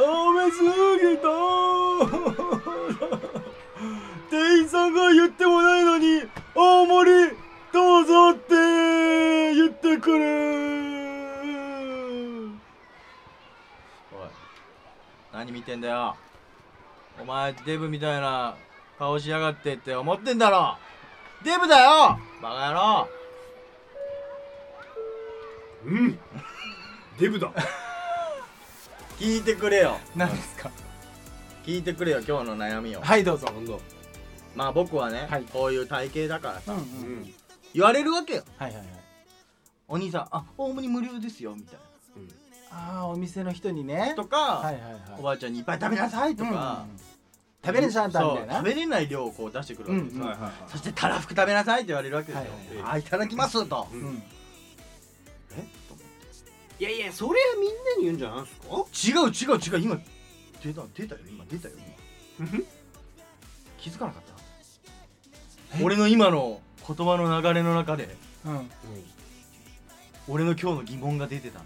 ダメすぎた店員さんが言ってもないのに大盛りどうぞって言ってくる。おい、何見てんだよ。お前デブみたいな顔しやがってって思ってんだろ。デブだよバカ野郎。 うんデブだ聞いてくれよ。 何ですか。 聞いてくれよ今日の悩みを。 はいどうぞ。 まあ僕はね、 はいこういう体型だからさ、 うんうん、 言われるわけよ。 はいはいはい。 お兄さん、大盛り無料ですよみたいああお店の人にね。 なとか、 はいはいはい。 おばあちゃんにいっぱい食べなさいとか、 食べれちゃったみたいな。 食べれない量をこう出してくるわけですよ、そしてたらふく食べなさいって言われるわけですよ。いただきますと、 いやいやそれはみんなに言うんじゃないですか。 違う今出たよ気づかなかった。俺の今の言葉の流れの中で、俺の今日の疑問が出てた。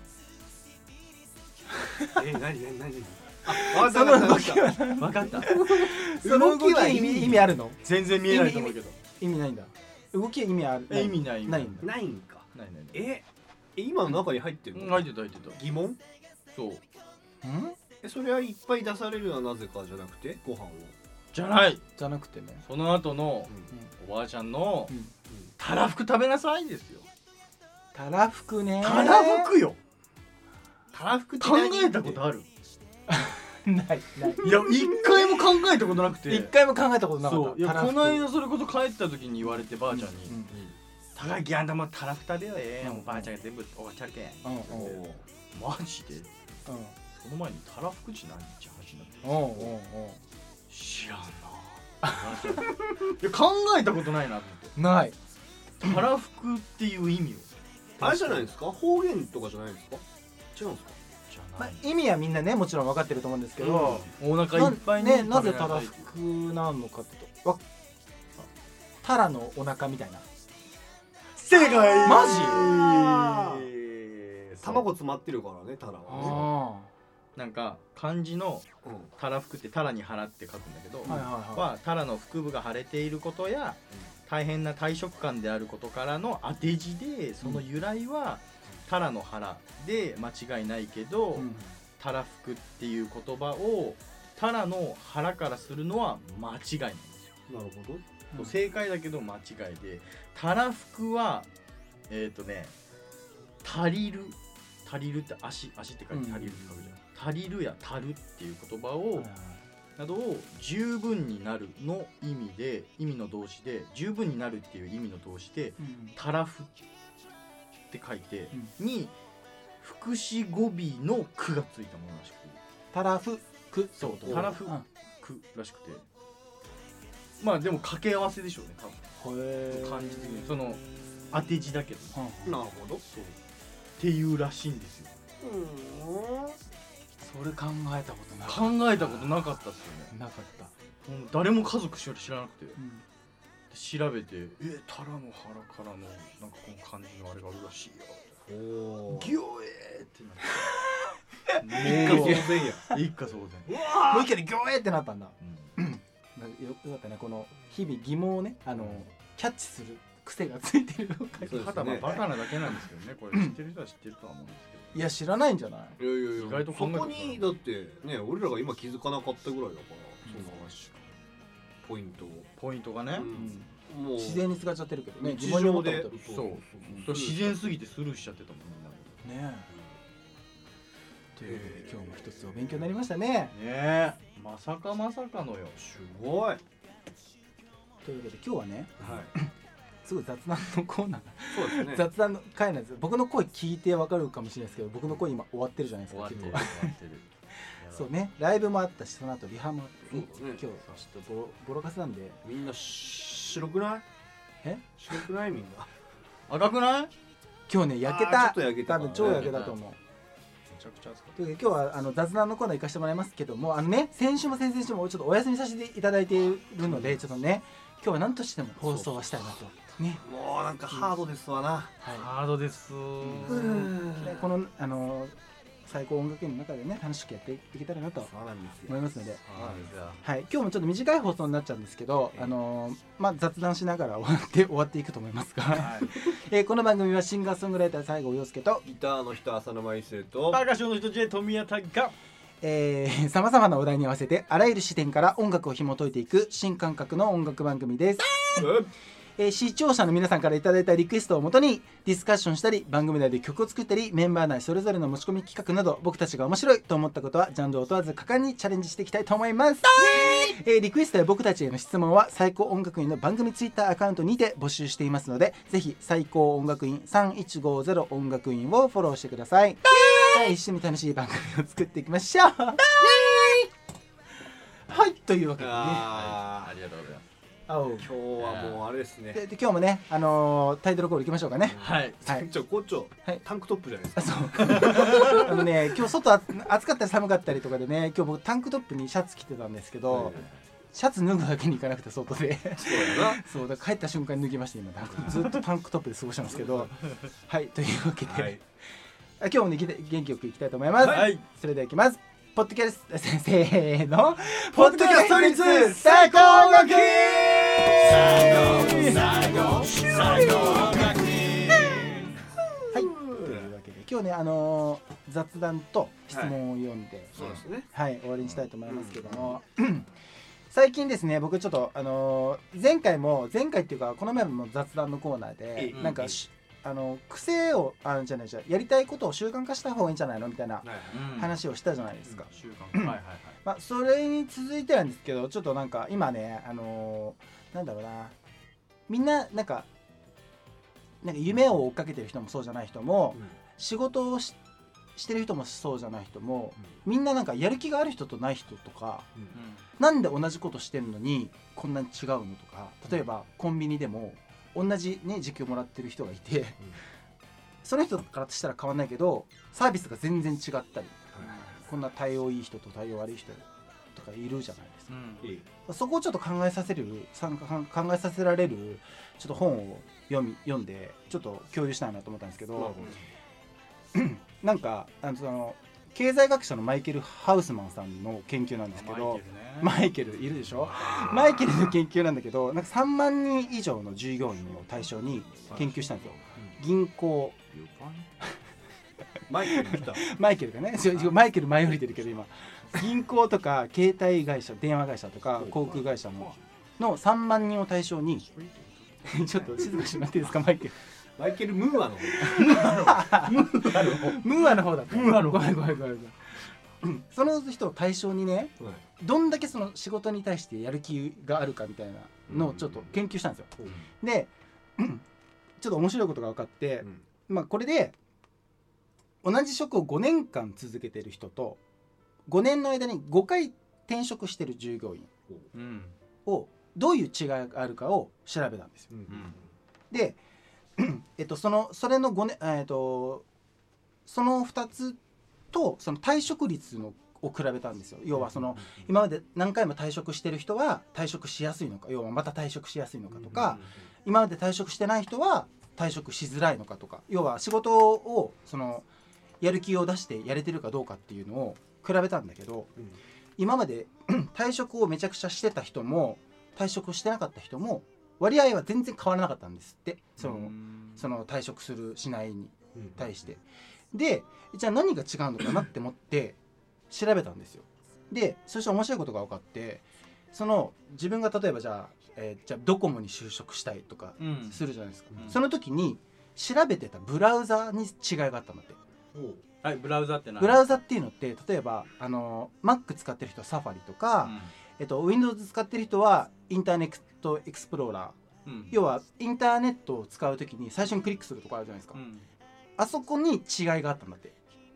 何その動きは分かったその動きは意味あるの。 全然見えないと思うけど。 意味ないんだ。動きは意味ある。 意味ないないんだ。 ないんか。 ない今の中に入ってるの。 入ってた疑問。 そうそれはいっぱい出されるのはなぜかじゃなくてご飯をじゃないじゃなくてね。 その後のおばあちゃんのたらふく食べなさいですよ。 たらふくね。 たらふくよ。 たらふくって考えたことある？ ない。 いや一回も考えたことなくて。 一回も考えたことなかった。 いやこの間それこそ帰った時に言われてばあちゃんに「高木あんたもたらふく食べよおばあちゃんが全部おばちゃるけん」マジでその前にたらふくち何って話になって知らんないや考えたことないなと思ってない。 たらふくっていう意味をあれじゃないですか。方言とかじゃないですか。違うんですか。 意味はみんなねもちろん分かってると思うんですけど、 お腹いっぱいになぜたらふくなのかってとタラのお腹みたいな。 正解。 マジ？卵詰まってるからねタラはね。 なんか漢字のたらふくってタラに腹って書くんだけど、タラの腹部が腫れていることや大変な大食感であることからの当て字で、その由来はタラの腹で間違いないけど、たらふくっていう言葉をタラの腹からするのは間違いなんですよ。 なるほど。 正解だけど間違いで、たらふくは足りるって足って書いて足りるって書くじゃん。足りるや足るっていう言葉をなどを十分になるの意味の動詞で十分になるっていう意味の動詞でたらふって書いてに副詞語尾のくがついたものらしく、 たらふくそうたらふくらしくて、まあでも掛け合わせでしょうね多分。漢字的にその当て字だけど、 なるほど。 そうっていうらしいんですよ。 それ考えたことなかった。 考えたことなかったっすよね。 なかった。 誰も家族知らなくて、調べてタラの腹からのなんかこの漢字のあれがあるらしいよ。ギョエーってなって一家騒然。 もう一回でギョエーってなったんだ。よかったね。この日々疑問をねキャッチする癖がついてるのか。 はたまバカなだけなんですけどね。これ知ってる人は知ってるとは思うんですけど。 いや知らないんじゃない？ 意外とそこにだってね俺らが今気づかなかったぐらいだから、そのポイントがね、 もう自然に使っちゃってるけどね。 日常でそう自然すぎてスルーしちゃってたもんね。 ということで今日も一つお勉強になりましたね。 まさかのよ。 すごい。 ということで今日はね、すごい雑談のコーナー、 そうですね、 雑談の回なんです。僕の声聞いてわかるかもしれないですけど、僕の声今終わってるじゃないですか。 終わってるそうね、ライブもあったし、その後リハもあって、今日ちょっとボロカスなんで。 みんな白くない？白くない？みんな赤くない？ 今日ね焼けた。 ちょっと焼けた。 多分超焼けたと思う。 めちゃくちゃ暑かった。 という今日は雑談のコーナー行かせてもらいますけども、先週も先々週もちょっとお休みさせていただいているので、ちょっとね今日は何としても放送はしたいなとね。 もうなんかハードですわな。 ハードです。 この最高音楽院の中でね楽しくやっていけたらなとそうなんですよ思いますので、 そうなんですよはい、今日もちょっと短い放送になっちゃうんですけど、雑談しながら終わっていくと思いますが、 はい、 この番組はシンガーソングライター西郷陽介とギターの人浅野真一生とパーカッションの人 J 富谷がさまざまなお題に合わせてあらゆる視点から音楽を紐解いていく新感覚の音楽番組です。視聴者の皆さんからいただいたリクエストをもとにディスカッションしたり、番組内で曲を作ったり、メンバー内それぞれの持ち込み企画など、僕たちが面白いと思ったことはジャンルを問わず果敢にチャレンジしていきたいと思います。リクエストや僕たちへの質問は最高音楽院の番組ツイッターアカウントにて募集していますので、ぜひ最高音楽院3150音楽院をフォローしてください。一緒に楽しい番組を作っていきましょう。はい、というわけでね、 ありがとうございます。 今日はもうあれですね。 で今日もね、タイトルコールいきましょうかね。 はい。 校長、 はい、 タンクトップじゃないですか。 そうね、今日外暑かったり寒かったりとかでね、今日僕タンクトップにシャツ着てたんですけど、シャツ脱ぐわけにいかなくて外でそうだから帰った瞬間に脱ぎました。今ずっとタンクトップで過ごしたんですけどはい、というわけで、はい、今日もね元気よくいきたいと思います。はい、それではいきます。ポッドキャストせーのポッドキャスト率最高音楽院最高音楽院。 はい、というわけで今日ね雑談と質問を読んで、 そうですね、 はい、終わりにしたいと思いますけども、最近ですね、僕ちょっと前回っていうかこの前も雑談のコーナーでなんか癖をじゃやりたいことを習慣化した方がいいんじゃないのみたいな話をしたじゃないですか。 習慣化、 まあそれに続いてなんですけど、ちょっとなんか今ねなんだろうな、みんななんか夢を追っかけてる人もそうじゃない人も、仕事をしてる人もそうじゃない人も、みんななんかやる気がある人とない人とか、なんで同じことしてんのにこんなに違うのとか、例えばコンビニでも同じね時給もらってる人がいて、その人からしたら変わんないけどサービスが全然違ったり、こんな対応いい人と対応悪い人とかいるじゃないですか。そこをちょっと考えさせられるちょっと本を読んでちょっと共有したいなと思ったんですけど、なんか経済学者のマイケル・ハウスマンさんの研究なんですけど、マイケルいるでしょ。マイケルの研究なんだけど、なんか3万人以上の従業員を対象に研究したんですよ。銀行マイケル来たマイケルがね、マイケル前降りてるけど今銀行とか携帯会社、電話会社とか航空会社の3万人を対象にちょっと静かにしてもらっていいですか。 マイケル・ムーアの方ムーアの方だった。ごめんその人を対象にね、どんだけその仕事に対してやる気があるかみたいなのをちょっと研究したんですよ。でちょっと面白いことが分かって、まあこれで同じ職を5年間続けてる人と5年の間に5回転職してる従業員をどういう違いがあるかを調べたんですよ。でそれの5年その2つとその退職率を比べたんですよ。要は今まで何回も退職してる人は退職しやすいのか、要はまた退職しやすいのかとか、今まで退職してない人は退職しづらいのかとか、要は仕事をやる気を出してやれてるかどうかっていうのを比べたんだけど、今まで退職をめちゃくちゃしてた人も退職してなかった人も割合は全然変わらなかったんですって。その退職するしないに対して。でじゃあ何が違うのかなって思って調べたんですよ。でそして面白いことが分かって、自分が例えばじゃあドコモに就職したいとかするじゃないですか。その時に調べてたブラウザに違いがあったんだって。 はい、ブラウザってブラウザっていうのって、例えばMac 使ってる人はサファリとか、Windows 使ってる人はインターネットエクスプローラー、要はインターネットを使う時に最初にクリックするとこあるじゃないですか。あそこに違いがあったんだって。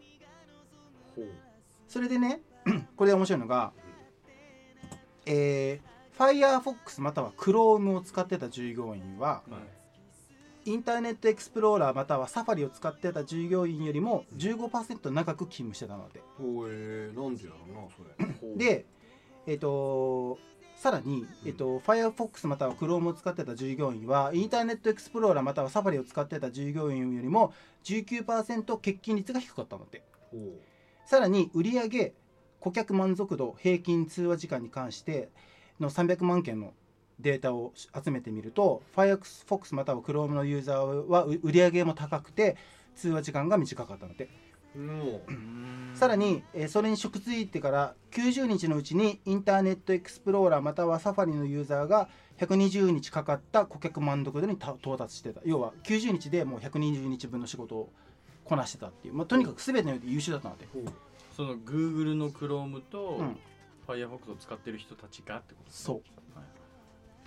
それでねこれで面白いのが、Firefox または Chrome を使ってた従業員は、インターネットエクスプローラーまたはサファリを使ってた従業員よりも 15% 長く勤務してたので。 なんでやろうなそれ。 でさらに、Firefox または Chrome を使ってた従業員はインターネットエクスプローラーまたはサファリを使ってた従業員よりも 19% 欠勤率が低かったんだって。 さらに売上、顧客満足度、平均通話時間に関しての300万件のデータを集めてみると Firefox または Chrome のユーザーは売上も高くて通話時間が短かったので、さらに、それに食ついてから90日のうちにインターネットエクスプローラーまたはサファリのユーザーが120日かかった顧客満足度に到達してた。要は90日でもう120日分の仕事をこなしてたっていう、とにかく全てにおいて優秀だったので、 その Google の Chrome と Firefox を使ってる人たちがってことですね。 そう、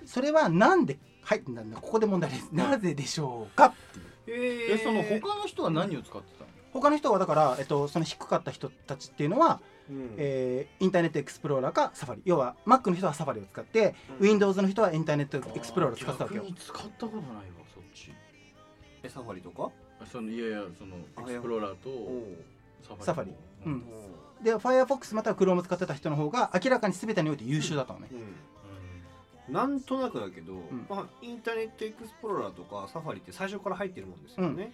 それはなんで、ここで問題です。なぜでしょうかっていう。 その他の人は何を使ってたの？ 他の人はだから、その低かった人たちっていうのは、インターネットエクスプローラーかサファリ、要は Mac の人はサファリを使って、Windows の人はインターネットエクスプローラーを使ってたわけよ。 逆に使ったことないわそっち。 サファリとか？ いやそのエクスプローラーとサファリ。で Firefox または Chrome 使ってた人の方が明らかに全てにおいて優秀だったのね。 なんとなくだけど、インターネットエクスプローラーとかサファリって最初から入ってるもんですよね。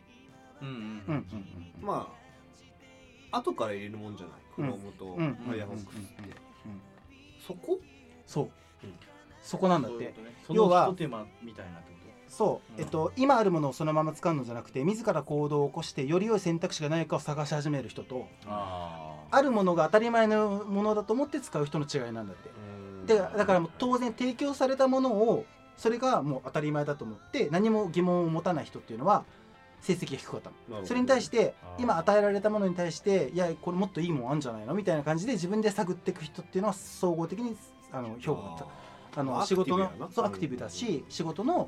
まあ後から入れるもんじゃない。Chrome と Firefox ってそこなんだって。 要は一手間みたいなってこと。 そう、今あるものをそのまま使うのじゃなくて自ら行動を起こしてより良い選択肢がないかを探し始める人と、あるものが当たり前のものだと思って使う人の違いなんだって。でだからもう当然提供されたものをそれがもう当たり前だと思って何も疑問を持たない人っていうのは成績が低かったの。それに対して今与えられたものに対していやこれもっといいもんあるんじゃないのみたいな感じで自分で探っていく人っていうのは総合的に評価が仕事のアクティブだし仕事の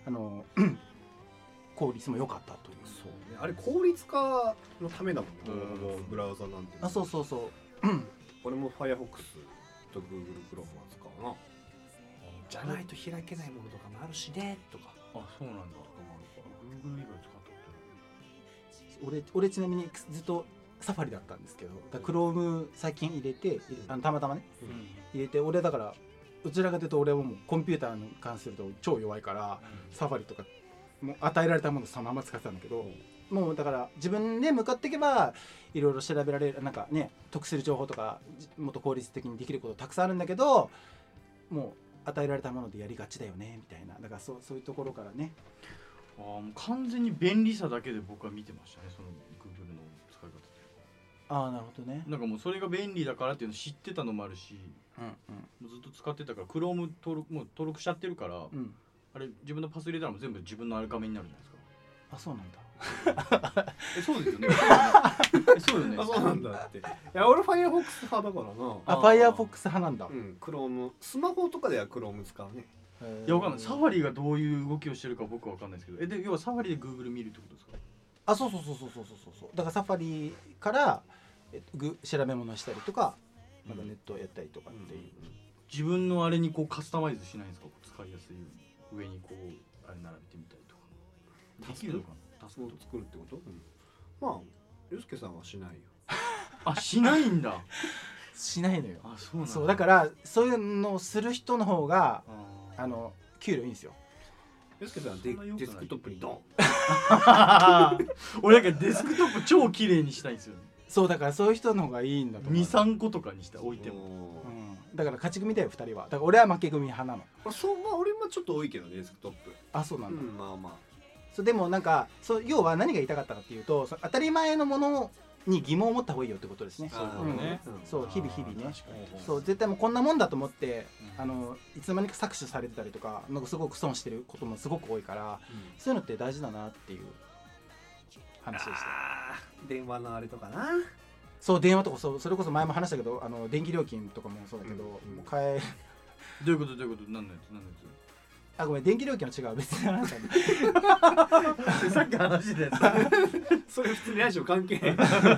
効率も良かったという。 そうね、あれ効率化のためだもんね。ブラウザなんて。 そう俺も Firefox と Google Chrome は使うな。じゃないと開けないものとかもあるしねとか。 そうなんだ。Google 以外使ったことない。 俺ちなみにずっとサファリだったんですけど、Chrome 最近入れてたまたまね、入れて俺だからどちらかというと俺はもうコンピューターに関すると超弱いから、サファリとかもう与えられたものそのまま使ってたんだけど、もうだから自分で向かっていけばいろいろ調べられるなんかね得する情報とかもっと効率的にできることたくさんあるんだけど、もう与えられたものでやりがちだよねみたいな、だからそういうところからね。 もう完全に便利さだけで僕は見てましたね、その Google の使い方。 なるほどね。 なんかもうそれが便利だからっていうの知ってたのもあるし、もうずっと使ってたから Chrome もう登録しちゃってるから、あれ自分のパス入れたらもう全部自分の画面になるじゃないですか。 そうなんだ。 そうですよね。そうよね。 そうなんだって。いや俺 Firefox 派だからな。 Firefox 派なんだ。 Chrome スマホとかでは Chrome 使うね。 いやわかんない。サファリがどういう動きをしてるか僕はわかんないですけど、で要はサファリで Google 見るってことですか？ そう。だからサファリから調べ物したりとか、なんかネットやったりとかっていう。 自分のあれにこうカスタマイズしないんですか？使いやすいように上にこうあれ並べてみたりとか。できるのかな？ タスクを作るってこと？まあゆうすけさんはしないよ。 しないんだ。 しないのよ。 そうなんだ。 そうだからそういうのをする人の方が給料いいんですよ。 ゆうすけさんはデスクトップにドン。 俺なんかデスクトップ超綺麗にしたいんですよね。 そうだからそういう人の方がいいんだと思う。 2,3 個とかにして置いても、 だから勝ち組だよ2人は。だから俺は負け組派なの。 俺もちょっと多いけどねデスクトップ。 そうなんだ。 まあそうでもなんか要は何が言いたかったかっていうと、当たり前のものに疑問を持った方がいいよってことですね。そう日々ね。そう絶対もうこんなもんだと思っていつの間にか搾取されてたりとか、なんかすごく損してることもすごく多いから、そういうのって大事だなっていう話でした。 電話のあれとかな。 そう電話とかそれこそ前も話したけど電気料金とかもそうだけど、もうどういうこと何のやつごめん電気料金は違う別に話したんさっき話したやつそれ普通にラジオ関係ない。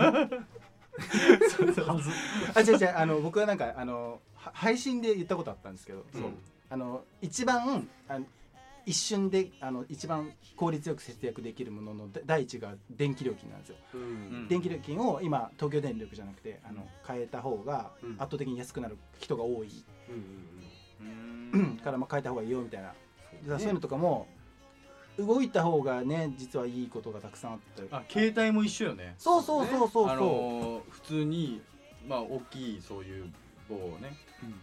違う僕はなんか配信で言ったことあったんですけど、一番一瞬で一番効率よく節約できるものの第一が電気料金なんですよ。電気料金を今東京電力じゃなくて変えた方が圧倒的に安くなる人が多いから変えた方がいいよみたいな。そういうのとかも動いた方がね実はいいことがたくさんあって、 携帯も一緒よね。 そう普普通にまあ大きいそういう棒をね、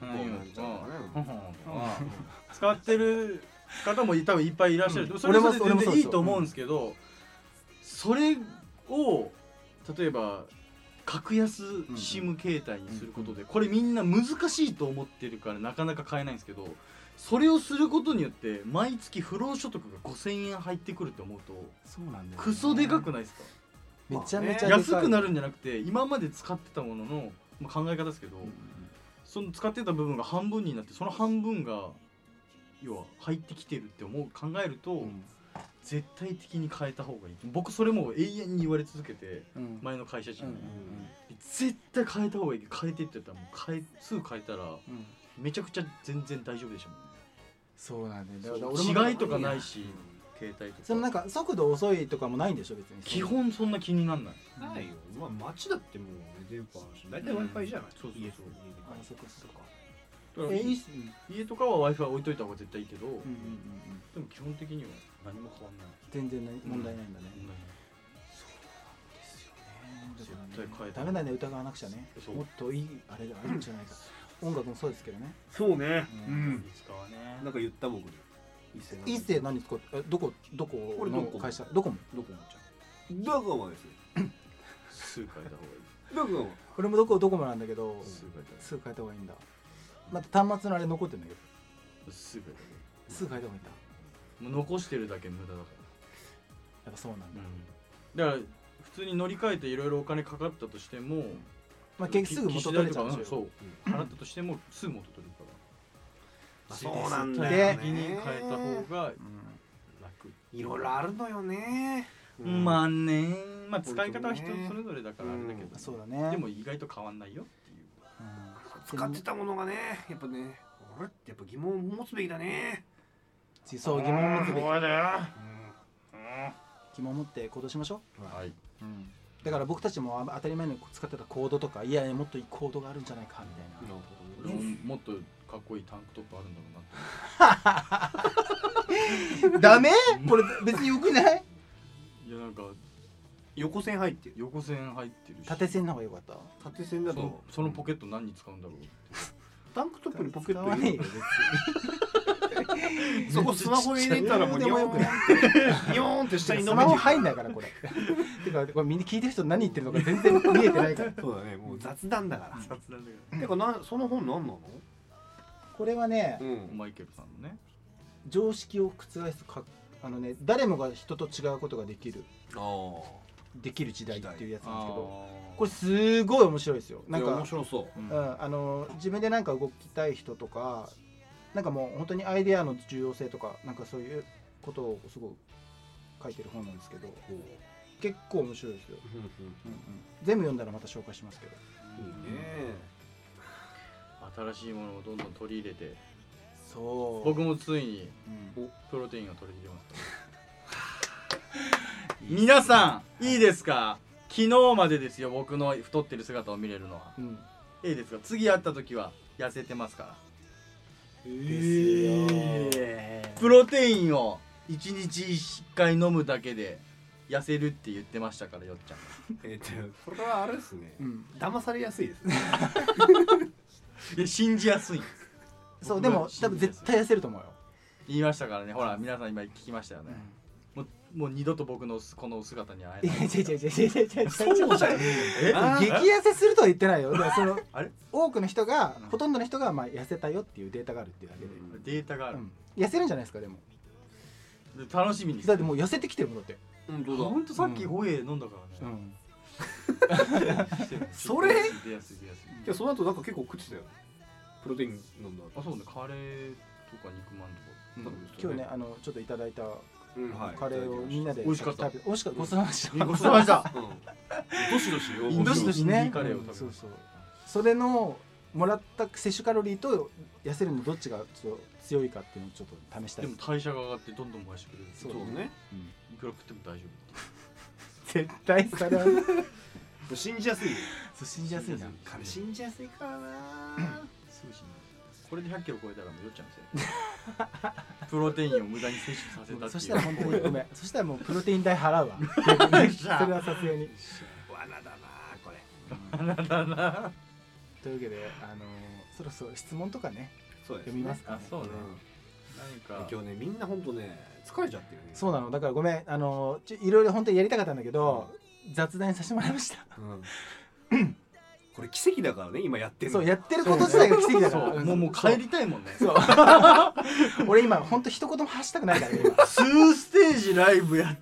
使ってる方も多分いっぱいいらっしゃる。それも全然いいと思うんですけど、それを例えば格安 SIM 携帯にすることで、これみんな難しいと思ってるからなかなか買えないんですけど、それをすることによって毎月不労所得が5000円入ってくるって思うと、 そうなんだよね、 クソでかくないですか？ めちゃめちゃでかい。 安くなるんじゃなくて、今まで使ってたものの、考え方ですけど、その使ってた部分が半分になって、その半分が要は入ってきてるって考えると、絶対的に変えた方がいい。僕それもう永遠に言われ続けて、前の会社人に、絶対変えた方がいい。変えてって言ったらもうすぐ変えたら、めちゃくちゃ全然大丈夫でしたもんね。 そうなんだよ。だから違いとかないし、携帯とかそのなんか速度遅いとかもないんでしょ別に。 基本そんな気になんない。 ないよ。まあ街だってもう電波大体 Wi-Fi じゃない。 そうそうそう。 そっかそっか。 家とかは Wi-Fi 置いといた方が絶対いいけど、でも基本的には何も変わんない。 全然問題ないんだね。 絶対変えた。 ダメだね、疑わなくちゃね。もっといいあれがあるんじゃないか。音楽もそうですけどね。 そうね。 いつかはね。 なんか言った僕に。 一世何使って、どこの会社、ドコモちゃん。 ドコモです。 すぐ変えた方がいい。 ドコモ。俺もドコモなんだけど、すぐ変えた方がいいんだ。また端末のあれ残ってんだけど。すぐ変えた方がいいんだ。 もう残してるだけ無駄だから。 やっぱそうなんだ。 だから普通に乗り換えていろいろお金かかったとしても、 まあ結局すぐ元取れちゃうんですよ。 そう。払ったとしてもすぐ元取れるから。 そうなんだよね。 先に変えた方が楽。 いろいろあるのよね。 まあね、まあ使い方は人それぞれだからあれだけど、 そうだね。 でも意外と変わんないよっていう。 使ってたものがね、やっぱね、あれってやっぱ疑問を持つべきだね。 そう、疑問を持つべき。疑問を持って行動しましょう。はい。 だから僕たちも当たり前に使ってたコードとか、いやもっといいコードがあるんじゃないかみたいな。 もっとかっこいいタンクトップあるんだろうなって。 ダメ？これ別に良くない？ いやなんか横線入ってる。 横線入ってるし。 縦線の方が良かった。 縦線だとそのポケット何に使うんだろうって。 タンクトップにポケット入れる。そこスマホ入れたらもうニョーンって下にスマホ入んないからこれ。てかこれみんな聞いてる人何言ってるのか全然見えてないから。 そうだね、もう雑談だから。 雑談だから。 てかその本何なの？ これはね、 マイケルさんのね、 常識を覆す誰もが人と違うことができる時代っていうやつなんですけど、これすごい面白いですよ。なんか面白そう。 自分でなんか動きたい人とか、なんかもう本当にアイデアの重要性とかなんかそういうことをすごい書いてる本なんですけど、結構面白いですよ。全部読んだらまた紹介しますけど。 いいね。 新しいものをどんどん取り入れて、 そう僕もついにプロテインを取り入れます皆さんいいですか？昨日までですよ、僕の太ってる姿を見れるのは。いいですか？次会った時は痩せてますから。プロテインを1日1回飲むだけで痩せるって言ってましたから、よっちゃん。 これはあれですね、騙されやすいですね。 いや信じやすい。 そう、でも多分絶対痩せると思うよ。 言いましたからね。ほら皆さん今聞きましたよね。もう二度と僕のこの姿に会えない。 違うそうじゃん。激痩せするとは言ってないよ。その多くの人が、ほとんどの人がまあ痩せたよっていうデータがあるっていうだけで。 データがある。 痩せるんじゃないですか。でも楽しみに。 だってもう痩せてきてるもんだって。 本当さっきホエイ飲んだからね。 それその後なんか結構食ってたよ。プロテイン飲んだ。 あ、そうね。カレーとか肉まんとか。 今日ねちょっといただいたカレーをみんなで美味しかった。 美味しかった。ごちそうさまでした。 ごちそうさまでした。 どしどしどしどしね。 カレーを食べる。 そうそう。それのもらった摂取カロリーと痩せるのどっちが強いかっていうのをちょっと試したい。 でも代謝が上がってどんどん増やしてくれる。 そうね。 いくら食っても大丈夫。絶対それは信じやすい。 信じやすいな。 信じやすいからな。 すぐ信じる。これで100キロ超えたらもうよっちゃうんですよ。 プロテインを無駄に摂取させたっていう。 そしたら本当にごめんそしたらもうプロテイン代払うわそれはさすがに罠だなこれ。 罠だな。 というわけでそろそろ質問とかねそうです、 読みますか、ね、 あ、そうね、何か今日ねみんな本当ね疲れちゃってるね。 そうなのだからごめんいろいろ本当にやりたかったんだけど、雑談させてもらいました、 これ奇跡だからね今やってるの。 そうやってること自体が奇跡だから、 もう帰りたいもんね。 そう俺今本当一言も発したくないからね今 2ステージライブやって、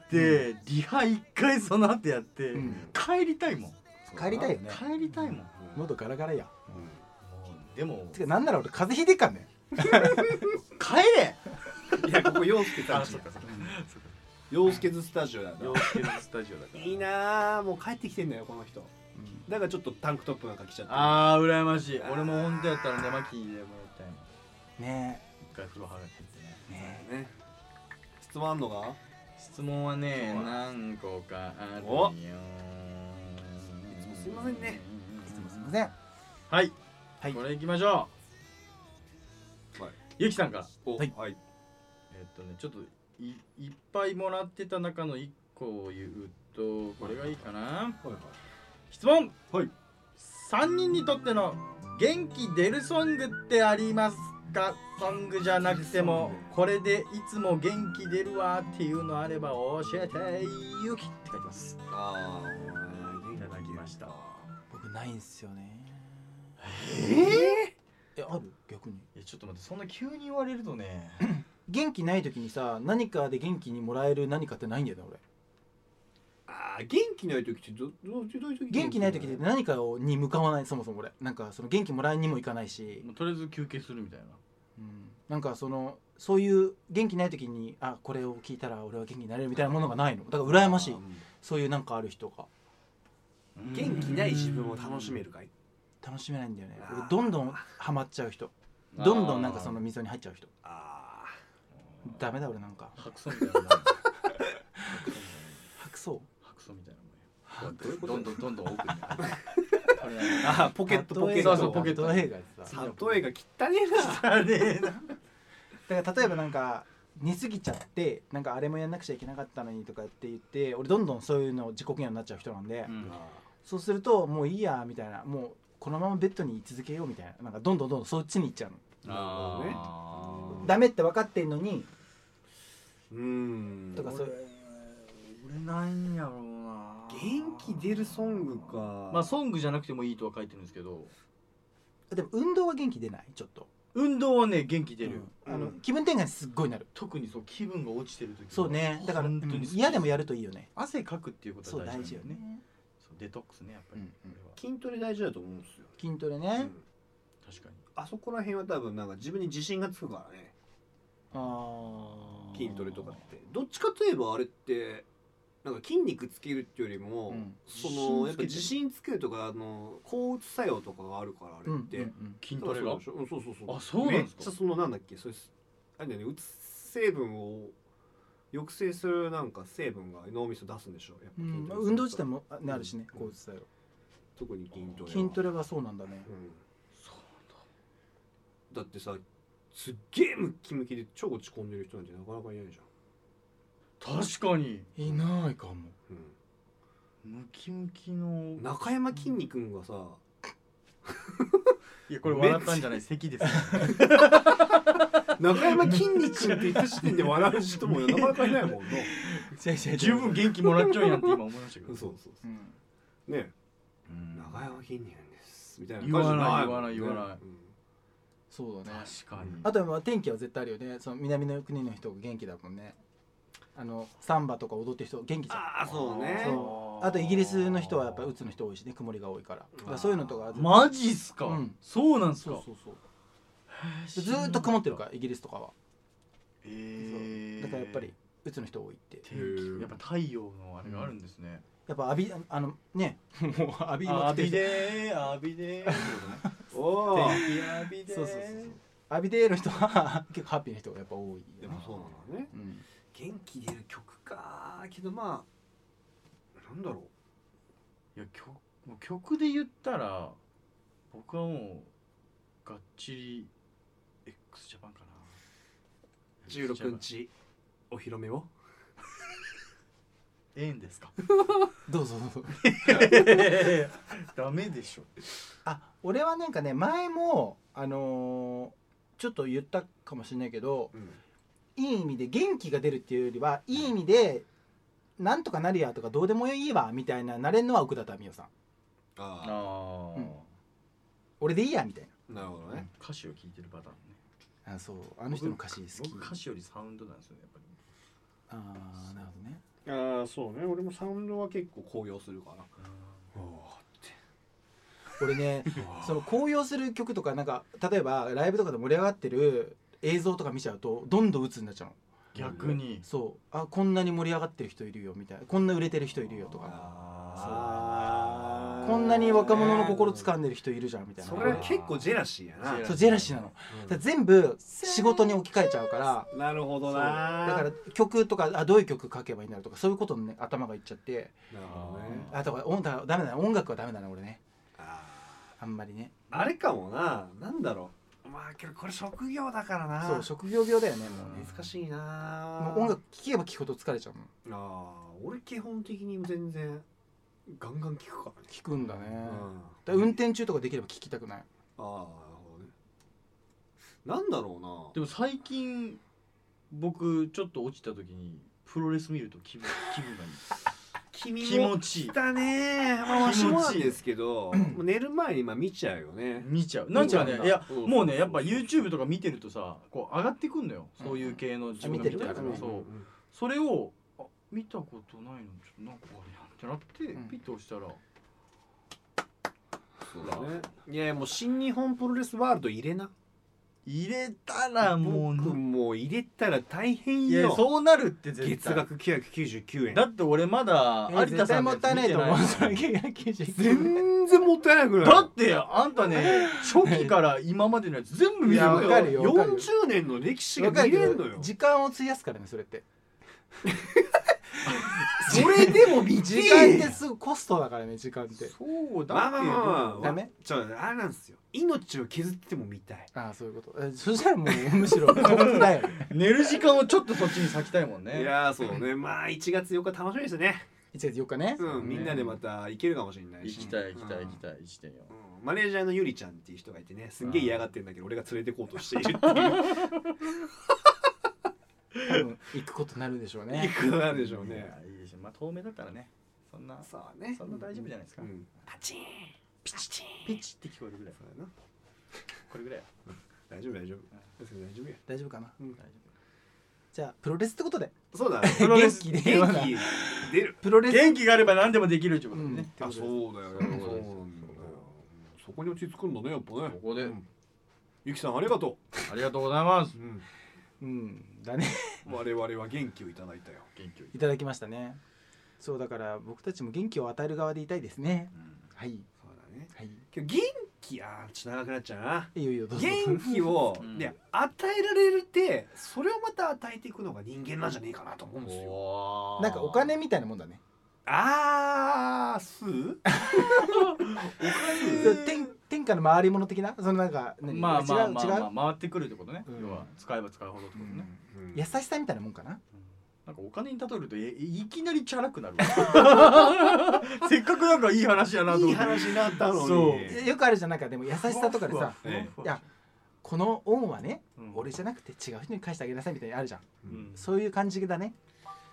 リハ1回その後やって、帰りたいもん。 帰りたいよね。 帰りたいもん。 喉ガラガラや。 でもてかなんなら俺風邪ひいてっかんね。 帰れ。 いやここ陽介さんち。陽介ズスタジオだ。 陽介ズスタジオだから。 いいなもう帰ってきてんだよこの人。だからちょっとタンクトップなんか着ちゃって。 ああ羨ましい。俺も本当やったら寝巻きでもらいたいもん。 ね一回風呂入ってね。 ね。質問あんのか？ 質問はね何個かあるよ。 すいませんね。 すいません。 はい。これいきましょう。ゆきさんから。 はい。 ちょっといっぱいもらってた中の1個を言うとこれがいいかな。質問。3人にとっての元気出るソングってありますか？ソングじゃなくてもこれでいつも元気出るわっていうのあれば教えてゆきって書いてます。 ああいただきました。 僕ないんすよね。ある？逆に。 いやちょっと待って、そんな急に言われるとね元気ない時にさ何かで元気にもらえる何かってないんだよね俺。 元気ない時ってどういう時？ 元気ない時って何かに向かわない。そもそも俺なんかその元気もらいにもいかないし、 とりあえず休憩するみたいな。 なんかそういう元気ない時にこれを聞いたら俺は元気になれるみたいなものがないの。だから羨ましい。そういうなんかある人が。 元気ない自分を楽しめるかい？ 楽しめないんだよね。俺どんどんハマっちゃう人、どんどんなんかその溝に入っちゃう人。ダメだ俺なんか白素みたいなもん。白素みたいなもん。どんどん奥にポケットそうポケットの映画でさ例えが汚ねえなだから例えばなんか似すぎちゃってなんかあれもやんなくちゃいけなかったのにとかって言って俺どんどんそういうの自己嫌悪になっちゃう人なんで、そうするともういいやみたいな、もうこのままベッドに居続けようみたいな、なんかどんどんそっちに行っちゃうの。ダメって分かってんのにとかそういう売れないんやろうな。 元気出るソングか。 まあソングじゃなくてもいいとは書いてるんですけど、 でも運動は元気出ない？ちょっと運動はね元気出る、 気分転換すっごいなる。 特にそう気分が落ちてる時。 そうね、だから嫌でもやるといいよね。 汗かくっていうことは大事よね。 デトックスねやっぱり。 筋トレ大事だと思うんですよ。 筋トレね。 確かにあそこら辺は多分なんか自分に自信がつくからね。筋トレとかってどっちかといえばあれってなんか筋肉つけるっていうよりも、やっぱ自信つけるとか抗うつ作用とかがあるからあれって筋トレが。 そうあ、そうなんですか。 めっちゃなんだっけ、それあれだよね、うつ成分を抑制するなんか成分が脳みそ出すんでしょ。やっぱ運動自体もあるしね、抗うつ作用。 特に筋トレはそうなんだね。 そうだってさ、すっげえムッキムキで超落ち込んでる人なんてなかなかいないじゃん。 確かにいないかも。 ムキムキの中山きんに君がさいやこれ笑ったんじゃない、咳です中山きんに君って言った時点で笑う人もなかなかいないもんね。 十分元気もらっちゃうやんって今思いましたけど。 そうね、中山きんに君ですみたいな言わないそうだね。確かに。 あと天気は絶対あるよね。その南の国の人が元気だもんね。サンバとか踊ってる人元気じゃん。 あ、そうね。 あとイギリスの人はやっぱうつの人多いしね、曇りが多いから。そういうのとか。 マジっすか。そうなんすか。 ずーっと曇ってるからイギリスとかは。だからやっぱりうつの人多いって。 やっぱ太陽のあれがあるんですね。 やっぱね、もう浴びでお天気浴びで浴びでの人は結構ハッピーな人がやっぱ多い。 でもそうなのね。元気出る曲か。けどまあなんだろう。いや曲で言ったら僕はもうがっちり x ジャパンか 16日お披露目をええんですかどうぞどうぞダメでしょ。 俺はなんかね前もちょっと言ったかもしれないけど、いい意味で元気が出るっていうよりはいい意味でなんとかなるやとかどうでもいいわみたいななれんのは奥田民生さん。俺でいいやみたいなるほどね。 歌詞を聴いてるパターンね。 な。そうあの人の歌詞好き。 僕歌詞よりサウンドなんですよねやっぱり。 なるほどね。 そうね。俺もサウンドは結構高揚するかな。 俺ねその高揚する曲とかなんか例えばライブとかで盛り上がってる映像とか見ちゃうとどんどん鬱になっちゃうの。 逆にそうこんなに盛り上がってる人いるよみたいな、こんな売れてる人いるよとか、こんなに若者の心掴んでる人いるじゃんみたいな。 それは結構ジェラシーやな。 そうジェラシーなの、だから全部仕事に置き換えちゃうから。 なるほどな。 だから曲とかどういう曲書けばいいんだろうとかそういうことにね頭がいっちゃって。 なるほどね。 だからダメだな、音楽はダメだな俺ね。あんまりね。 あれかもな。なんだろう。まあけどこれ職業だからな。 そう職業病だよねもうね。 難しいな。 もう音楽聴けば聴くほど疲れちゃうもん。 俺基本的に全然ガンガン聴くからね。 聴くんだね。だ運転中とかできれば聴きたくない。 なるほどね。なんだろうな。 でも最近僕ちょっと落ちた時にプロレス見ると気分がいい。気持ちいい。 だね。わしもなんですけど、寝る前に見ちゃうよね。 見ちゃう。なんかね、いやもうねやっぱ YouTube とか見てるとさ、こう上がってくんのよ。そういう系の自分が見てるからね。そう。それを見たことないのちょっとなんかあれやってなってピッと押したら。 そうだね。いやもう新日本プロレスワールド入れな。 入れたらもう僕もう入れたら大変よ。 いやそうなるって絶対月額999円だって俺まだ有田さんのやつ見てないもん。 全然もったいないぐらい。 だってあんたね初期から今までのやつ全部見るわかるよ。 40年の歴史が見れるのよ。 時間を費やすからねそれって。 それでも見て時間ってすぐコストだからね時間って。 そうだってダメ。あれなんですよ。命を削っても見たい。 そういうこと。そしたらもうむしろ過酷だよね。 寝る時間をちょっとそっちに割きたいもんね。 いやそうね。1月4日楽しみですね。 1月4日ね。 みんなでまた行けるかもしれないし。 行きたいしてよ。 マネージャーのゆりちゃんっていう人がいてね、すんげえ嫌がってるんだけど俺が連れてこうとしているっていう。 多分行くことになるでしょうね。 行くことになるでしょうね。 いいでしょ。遠目だったらね。そんな大丈夫じゃないですか。 パチンピチンピチって聞こえるぐらい。これぐらい。 大丈夫。大丈夫や。 大丈夫かな。じゃあプロレスってことで。 そうだ。 プロレス元気出る。 プロレス元気があれば何でもできるってことね。 そうだよ。そこに落ち着くんだねやっぱね。 ここで。 ゆきさんありがとう。ありがとうございます。 だね。 我々は元気をいただいたよ。 いただきましたね。そうだから僕たちも元気を与える側でいたいですね。はい。 そうだね。 はい。 元気ちょっと長くなっちゃうな。 いいよどうぞ。 元気を与えられるってそれをまた与えていくのが人間なんじゃねえかなと思うんですよ。 なんかお金みたいなもんだね。天下の回り物的なそのなんか違う回ってくるってことね。要は使えば使うほどってことね。 優しさみたいなもんかな。 なんかお金に例えるといきなりチャラくなる。せっかくなんかいい話やなと思って。 いい話になったのに。 そうよくあるじゃん。なんかでも優しさとかでさ、いやこの恩はね俺じゃなくて違う人に返してあげなさいみたいにあるじゃん。そういう感じだね。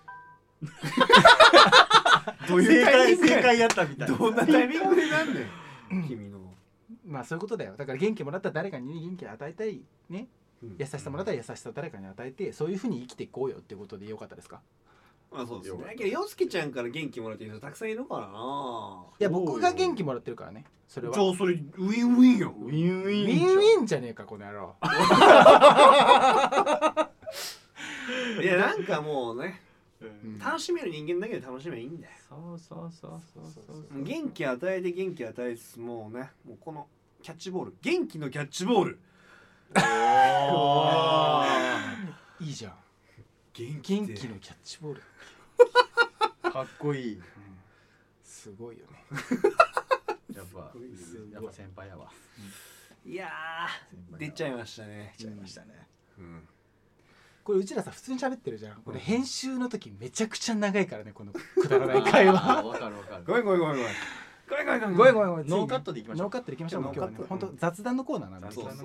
どういう正解やったみたいな。 どんなタイミングでなんねん君の。 まあそういうことだよ。だから元気もらったら誰かに元気与えたいね。優しさもらったら優しさを誰かに与えてそういう風に生きていこうよってことでよかったですか。 そうですね。けど洋介ちゃんから元気もらってる人たくさんいるからな。 いや僕が元気もらってるからね。それは。 じゃあそれウィンウィンよ。 ウィンウィン。 ウィンウィンじゃねえかこの野郎。 いやなんかもうね。楽しめる人間だけで楽しめばいいんだよ。そう元気与えて元気与えつつもうねもうこのキャッチボール元気のキャッチボール。 いいじゃん。 元気のキャッチボール。 かっこいい。 すごいよね。 やっぱ先輩やわ。 いや出ちゃいましたね。 これうちらさ普通に喋ってるじゃん。これ編集の時めちゃくちゃ長いからね、このくだらない会話。 わかるわかる。 ごめんノーカットでいきましょう。 ノーカットでいきましょう。今日はね本当雑談のコーナーなんで。 そうはい。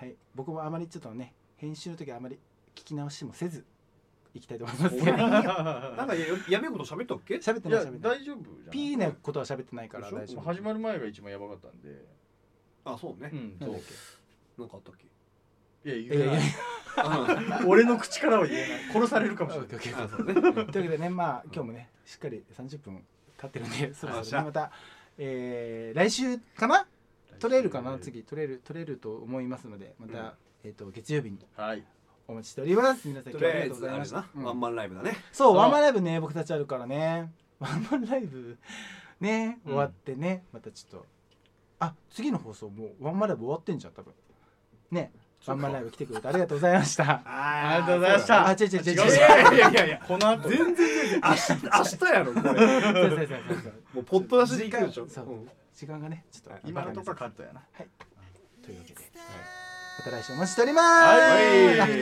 僕もあまりちょっとね編集の時あまり聞き直しもせずいきたいと思います。 なんかやべえこと喋ったっけ？ 喋ってない。 大丈夫じゃん。 ピーなことは喋ってないから大丈夫。 始まる前が一番やばかったんで。 あ、そうね。 そう。 なんかあったっけ？ いや言えない。俺の口からは言えない。殺されるかもしれない。というわけでね、まあ今日もねしっかり30分経ってるんで、そろそろまた来週かな？取れるかな？次取れると思いますので、また月曜日にお待ちしております。皆さん今日はありがとうございました。 ワンマンライブだね。 そう、ワンマンライブね僕たちあるからね。ワンマンライブね終わってね、またちょっと次の放送もうワンマンライブ終わってんじゃん多分ね。ワンマンライブ来てくれてありがとうございました。 ありがとうございました。 違うこの後全然明日やろこれ。もうポット出しでいくでしょ。 時間がねちょっと今のところカットやな。 はい。というわけでまた来週お待ちしております。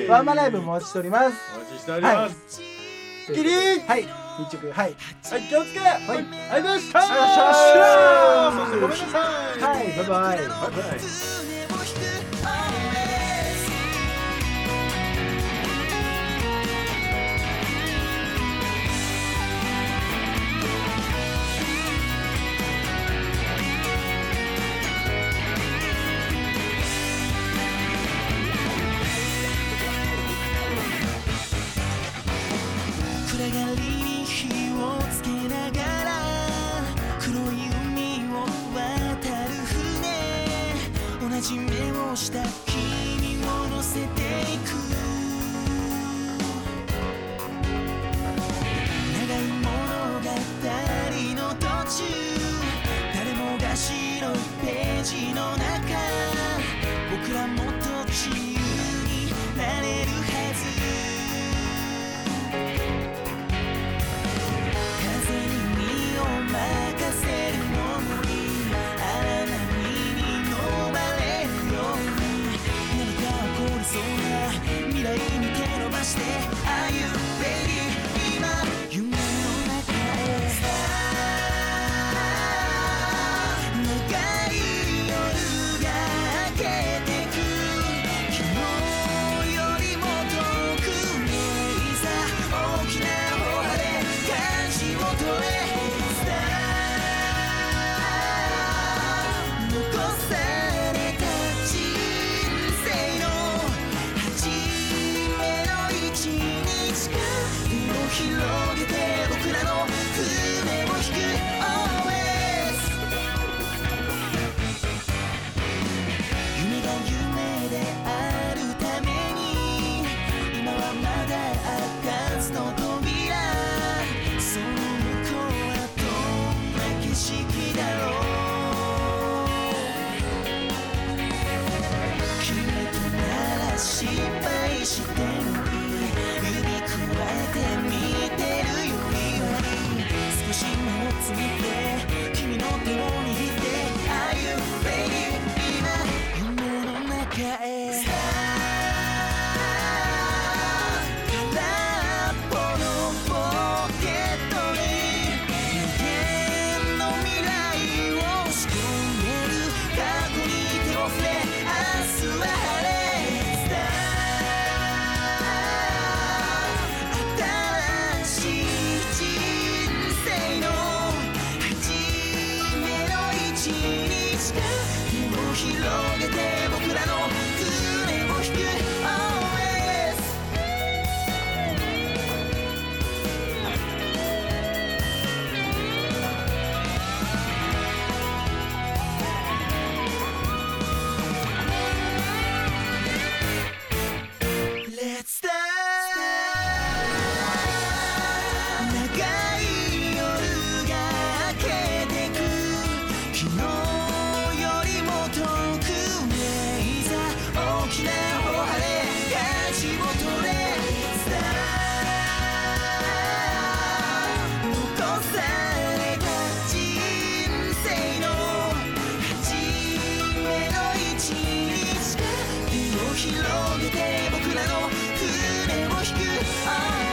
ワンマンライブもお待ちしております。 お待ちしております。 キリーはい日直はい気をつけ。はいありがとうございました。そしてごめんなさい。 はいバイバイ。 暗がりに火をつけながら黒い海を渡る船、同じ目をした君を乗せていく。長い物語の途中、誰もが白いページの中、僕らもっと自由になれるはず。任せるのもいい、荒波に飲まれるように、何か起こりそうな未来に手伸ばして、Are you ready？ 今夢の中へ長い夜が明けてく、昨日よりも遠くへ、いざ大きな歩幅で舵を取れ。広げて僕らの船を引く Always 夢が夢であるために、今はまだ開かずの扉、その向こうはどんな景色だろう。君となら失敗してもいい、指くわえて見てるよりはいい、少し目をつむって君の手を握って Are you ready？ 今夢の中へ空っぽのポケットに無限の未来を仕込んでる、過去に手を触れ明日は晴れ。広げて僕らの船を引く Always。 Let's start。 長い夜が明けてく、昨日大きな歩幅で舵を取れ。残された人生の初めの一日、手を広げて僕らのあ